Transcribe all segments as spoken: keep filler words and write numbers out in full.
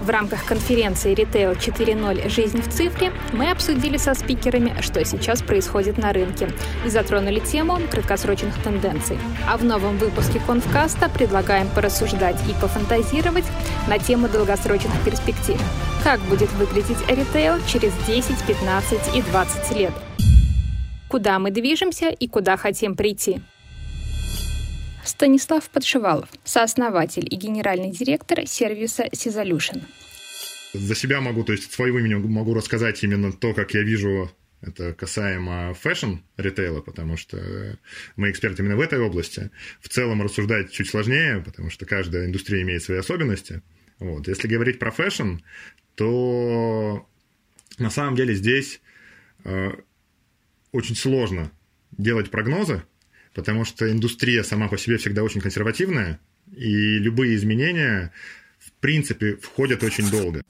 В рамках конференции «Ритейл четыре ноль. Жизнь в цифре» мы обсудили со спикерами, что сейчас происходит на рынке, и затронули тему краткосрочных тенденций. А в новом выпуске Конфкаста предлагаем порассуждать и пофантазировать на тему долгосрочных перспектив. Как будет выглядеть ритейл через десять, пятнадцать и двадцать лет? Куда мы движемся и куда хотим прийти? Станислав Подшивалов, сооснователь и генеральный директор сервиса Sizolution. За себя могу, то есть от своего имени могу рассказать именно то, как я вижу это касаемо фэшн-ритейла, потому что мы эксперты именно в этой области. В целом рассуждать чуть сложнее, потому что каждая индустрия имеет свои особенности. Вот. Если говорить про фэшн, то на самом деле здесь э, очень сложно делать прогнозы, потому что индустрия сама по себе всегда очень консервативная, и любые изменения, в принципе, входят очень долго.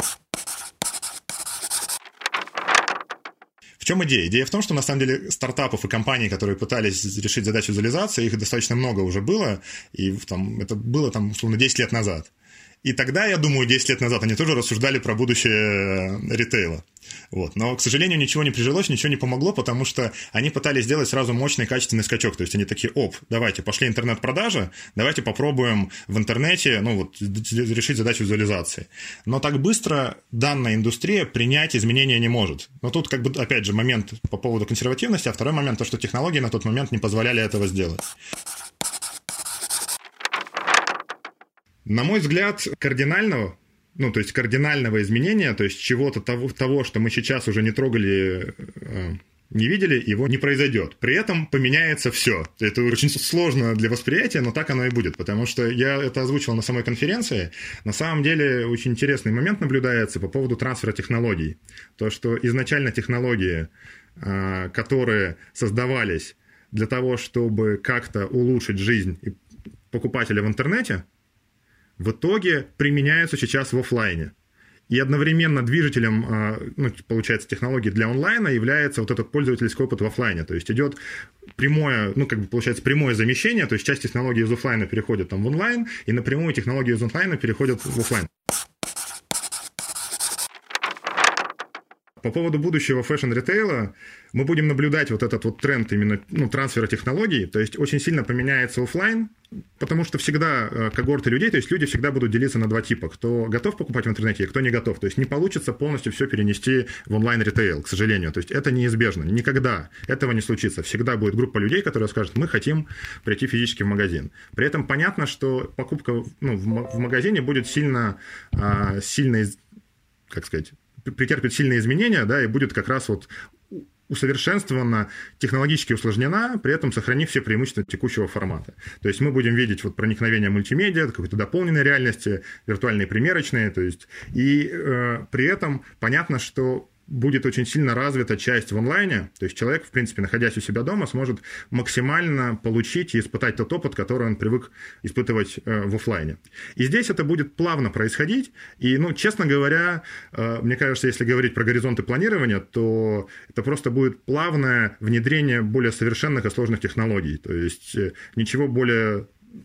В чем идея? Идея в том, что на самом деле стартапов и компаний, которые пытались решить задачу визуализации, их достаточно много уже было, и там, это было там, условно, десять лет назад. И тогда, я думаю, десять лет назад они тоже рассуждали про будущее ритейла. Вот. Но, к сожалению, ничего не прижилось, ничего не помогло, потому что они пытались сделать сразу мощный качественный скачок. То есть они такие: оп, давайте, пошли интернет-продажи, давайте попробуем в интернете, ну, вот, решить задачу визуализации. Но так быстро данная индустрия принять изменения не может. Но тут, как бы, опять же, момент по поводу консервативности, а второй момент, то, что технологии на тот момент не позволяли этого сделать. На мой взгляд, кардинального, ну, то есть кардинального изменения, то есть чего-то того, того, что мы сейчас уже не трогали, не видели, его не произойдет. При этом поменяется все. Это очень сложно для восприятия, но так оно и будет, потому что я это озвучивал на самой конференции. На самом деле очень интересный момент наблюдается по поводу трансфера технологий. То, что изначально технологии, которые создавались для того, чтобы как-то улучшить жизнь покупателя в интернете, в итоге применяются сейчас в офлайне. И одновременно движителем, ну, получается, технологии для онлайна является вот этот пользовательский опыт в офлайне. То есть идет прямое, ну, как бы получается, прямое замещение, то есть часть технологий из офлайна переходит там в онлайн, и напрямую технологии из онлайна переходят в офлайн. По поводу будущего фэшн-ритейла мы будем наблюдать вот этот вот тренд именно, ну, трансфера технологий, то есть очень сильно поменяется офлайн, потому что всегда когорты людей, то есть люди всегда будут делиться на два типа: кто готов покупать в интернете и кто не готов. То есть не получится полностью все перенести в онлайн-ритейл, к сожалению. То есть это неизбежно. Никогда этого не случится. Всегда будет группа людей, которые скажут: мы хотим прийти физически в магазин. При этом понятно, что покупка, ну, в магазине будет сильно, сильно, как сказать, претерпит сильные изменения, да, и будет как раз вот усовершенствована, технологически усложнена, при этом сохранив все преимущества текущего формата. То есть мы будем видеть вот проникновение мультимедиа, какой-то дополненной реальности, виртуальные примерочные, то есть, и э, при этом понятно, что будет очень сильно развита часть в онлайне, то есть человек, в принципе, находясь у себя дома, сможет максимально получить и испытать тот опыт, который он привык испытывать э, в офлайне. И здесь это будет плавно происходить, и, ну, честно говоря, э, мне кажется, если говорить про горизонты планирования, то это просто будет плавное внедрение более совершенных и сложных технологий, то есть э, ничего более...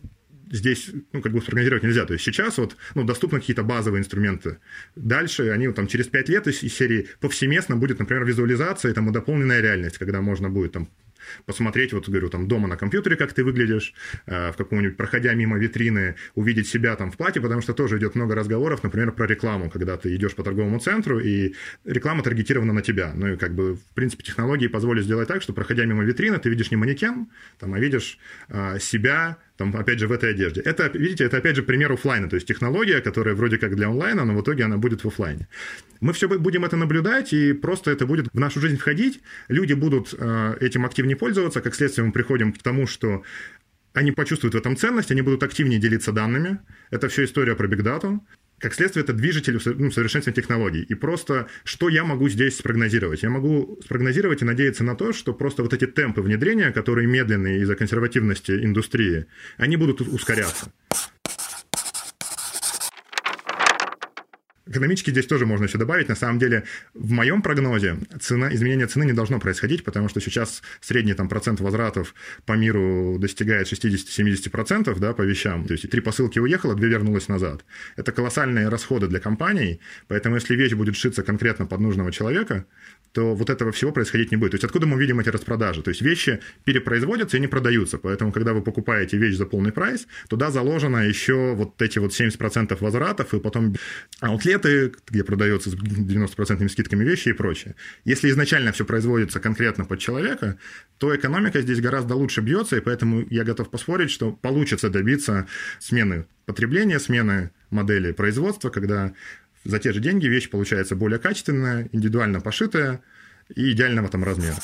Здесь, ну, как бы спрогнозировать нельзя. То есть сейчас вот, ну, доступны какие-то базовые инструменты. Дальше они вот, там, через пять лет из, из серии повсеместно будет, например, визуализация и там, дополненная реальность, когда можно будет там посмотреть, вот, говорю, там, дома на компьютере, как ты выглядишь, э, в каком-нибудь, проходя мимо витрины, увидеть себя там в платье, потому что тоже идет много разговоров, например, про рекламу, когда ты идешь по торговому центру, и реклама таргетирована на тебя. Ну, и, как бы, в принципе, технологии позволят сделать так, что, проходя мимо витрины, ты видишь не манекен, там, а видишь э, себя, там, опять же, в этой одежде. Это, видите, это, опять же, пример офлайна, то есть технология, которая вроде как для онлайна, но в итоге она будет в офлайне. Мы все будем это наблюдать, и просто это будет в нашу жизнь входить, люди будут э, этим активнее пользоваться, как следствие мы приходим к тому, что они почувствуют в этом ценность, они будут активнее делиться данными, это все история про бигдату. Как следствие, это движитель, ну, совершенствования технологий. И просто, что я могу здесь спрогнозировать? Я могу спрогнозировать и надеяться на то, что просто вот эти темпы внедрения, которые медленные из-за консервативности индустрии, они будут ускоряться. Экономически здесь тоже можно еще добавить. На самом деле, в моем прогнозе цена, изменение цены не должно происходить, потому что сейчас средний там, процент возвратов по миру достигает шестьдесят-семьдесят процентов, да, по вещам. То есть три посылки уехало, две вернулось назад. Это колоссальные расходы для компаний, поэтому если вещь будет шиться конкретно под нужного человека, то вот этого всего происходить не будет. То есть откуда мы видим эти распродажи? То есть вещи перепроизводятся и не продаются. Поэтому, когда вы покупаете вещь за полный прайс, туда заложено еще вот эти вот семьдесят процентов возвратов, и потом аутлеты, где продается с девяносто процентов скидками вещи и прочее. Если изначально все производится конкретно под человека, то экономика здесь гораздо лучше бьется, и поэтому я готов поспорить, что получится добиться смены потребления, смены модели производства, когда за те же деньги вещь получается более качественная, индивидуально пошитая и идеального там размера.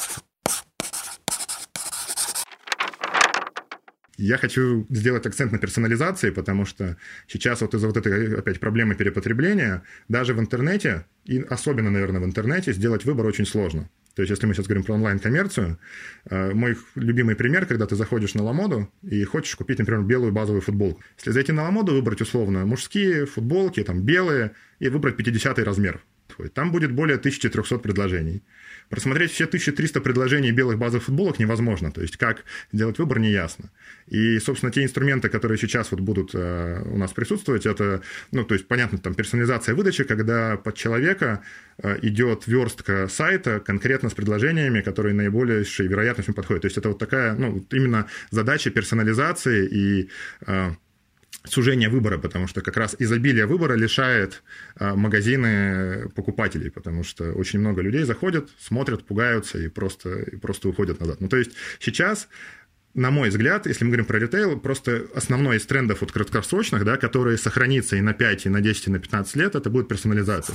Я хочу сделать акцент на персонализации, потому что сейчас вот из-за вот этой опять проблемы перепотребления даже в интернете, и особенно, наверное, в интернете, сделать выбор очень сложно. То есть, если мы сейчас говорим про онлайн-коммерцию, мой любимый пример, когда ты заходишь на Ламоду и хочешь купить, например, белую базовую футболку. Если зайти на Ламоду, выбрать условно мужские футболки, там белые, и выбрать пятидесятый размер. Там будет более тысячи триста предложений. Просмотреть все тысяча триста предложений белых базовых футболок невозможно. То есть, как сделать выбор, не ясно. И, собственно, те инструменты, которые сейчас вот будут э, у нас присутствовать, это, ну, то есть, понятно, там, персонализация выдачи, когда под человека э, идет верстка сайта конкретно с предложениями, которые наибольшей вероятностью подходят. То есть, это вот такая, ну, именно задача персонализации и э, сужение выбора, потому что как раз изобилие выбора лишает а, магазины покупателей, потому что очень много людей заходят, смотрят, пугаются и просто, и просто уходят назад. Ну, то есть сейчас, на мой взгляд, если мы говорим про ритейл, просто основной из трендов вот краткосрочных, да, которые сохранится и на пять, и на десять, и на пятнадцать лет, это будет персонализация.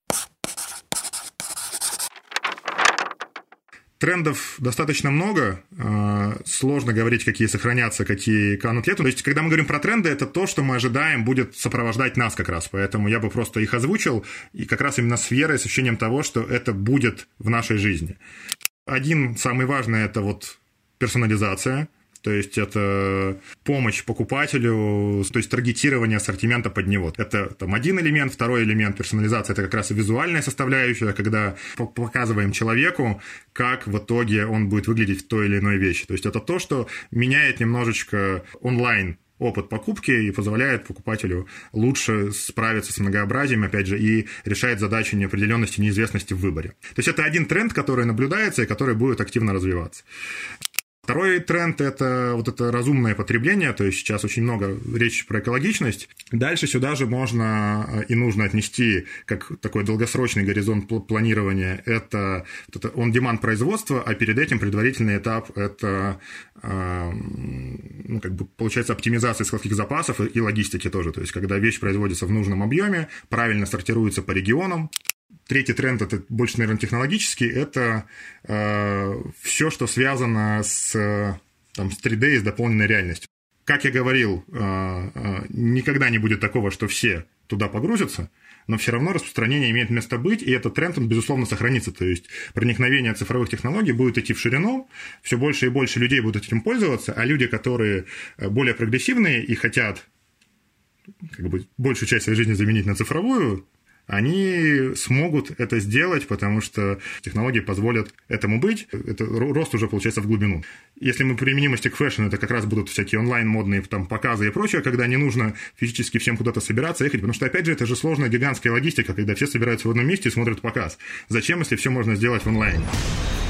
Трендов достаточно много, сложно говорить, какие сохранятся, какие канут лету. То есть, когда мы говорим про тренды, это то, что мы ожидаем будет сопровождать нас как раз. Поэтому я бы просто их озвучил, и как раз именно с верой, с ощущением того, что это будет в нашей жизни. Один самый важный – это вот персонализация. То есть, это помощь покупателю, то есть, таргетирование ассортимента под него. Это там один элемент. Второй элемент персонализации – это как раз и визуальная составляющая, когда показываем человеку, как в итоге он будет выглядеть в той или иной вещи. То есть, это то, что меняет немножечко онлайн опыт покупки и позволяет покупателю лучше справиться с многообразием, опять же, и решает задачи неопределенности, неизвестности в выборе. То есть, это один тренд, который наблюдается и который будет активно развиваться. Второй тренд – это вот это разумное потребление, то есть сейчас очень много речи про экологичность. Дальше сюда же можно и нужно отнести как такой долгосрочный горизонт планирования – это, это on-demand производство, а перед этим предварительный этап – это, ну, как бы, получается, оптимизация складских запасов и логистики тоже, то есть когда вещь производится в нужном объеме, правильно сортируется по регионам. Третий тренд, это больше, наверное, технологический, это э, все, что связано с, там, с три дэ и с дополненной реальностью. Как я говорил, э, э, никогда не будет такого, что все туда погрузятся, но все равно распространение имеет место быть, и этот тренд, он, безусловно, сохранится. То есть проникновение цифровых технологий будет идти в ширину, все больше и больше людей будут этим пользоваться, а люди, которые более прогрессивные и хотят, как бы, большую часть своей жизни заменить на цифровую, они смогут это сделать, потому что технологии позволят этому быть. Это рост уже получается в глубину. Если мы применимости к фэшну, это как раз будут всякие онлайн-модные там, показы и прочее, когда не нужно физически всем куда-то собираться, ехать, потому что, опять же, это же сложная гигантская логистика, когда все собираются в одном месте и смотрят показ. Зачем, если все можно сделать в онлайне?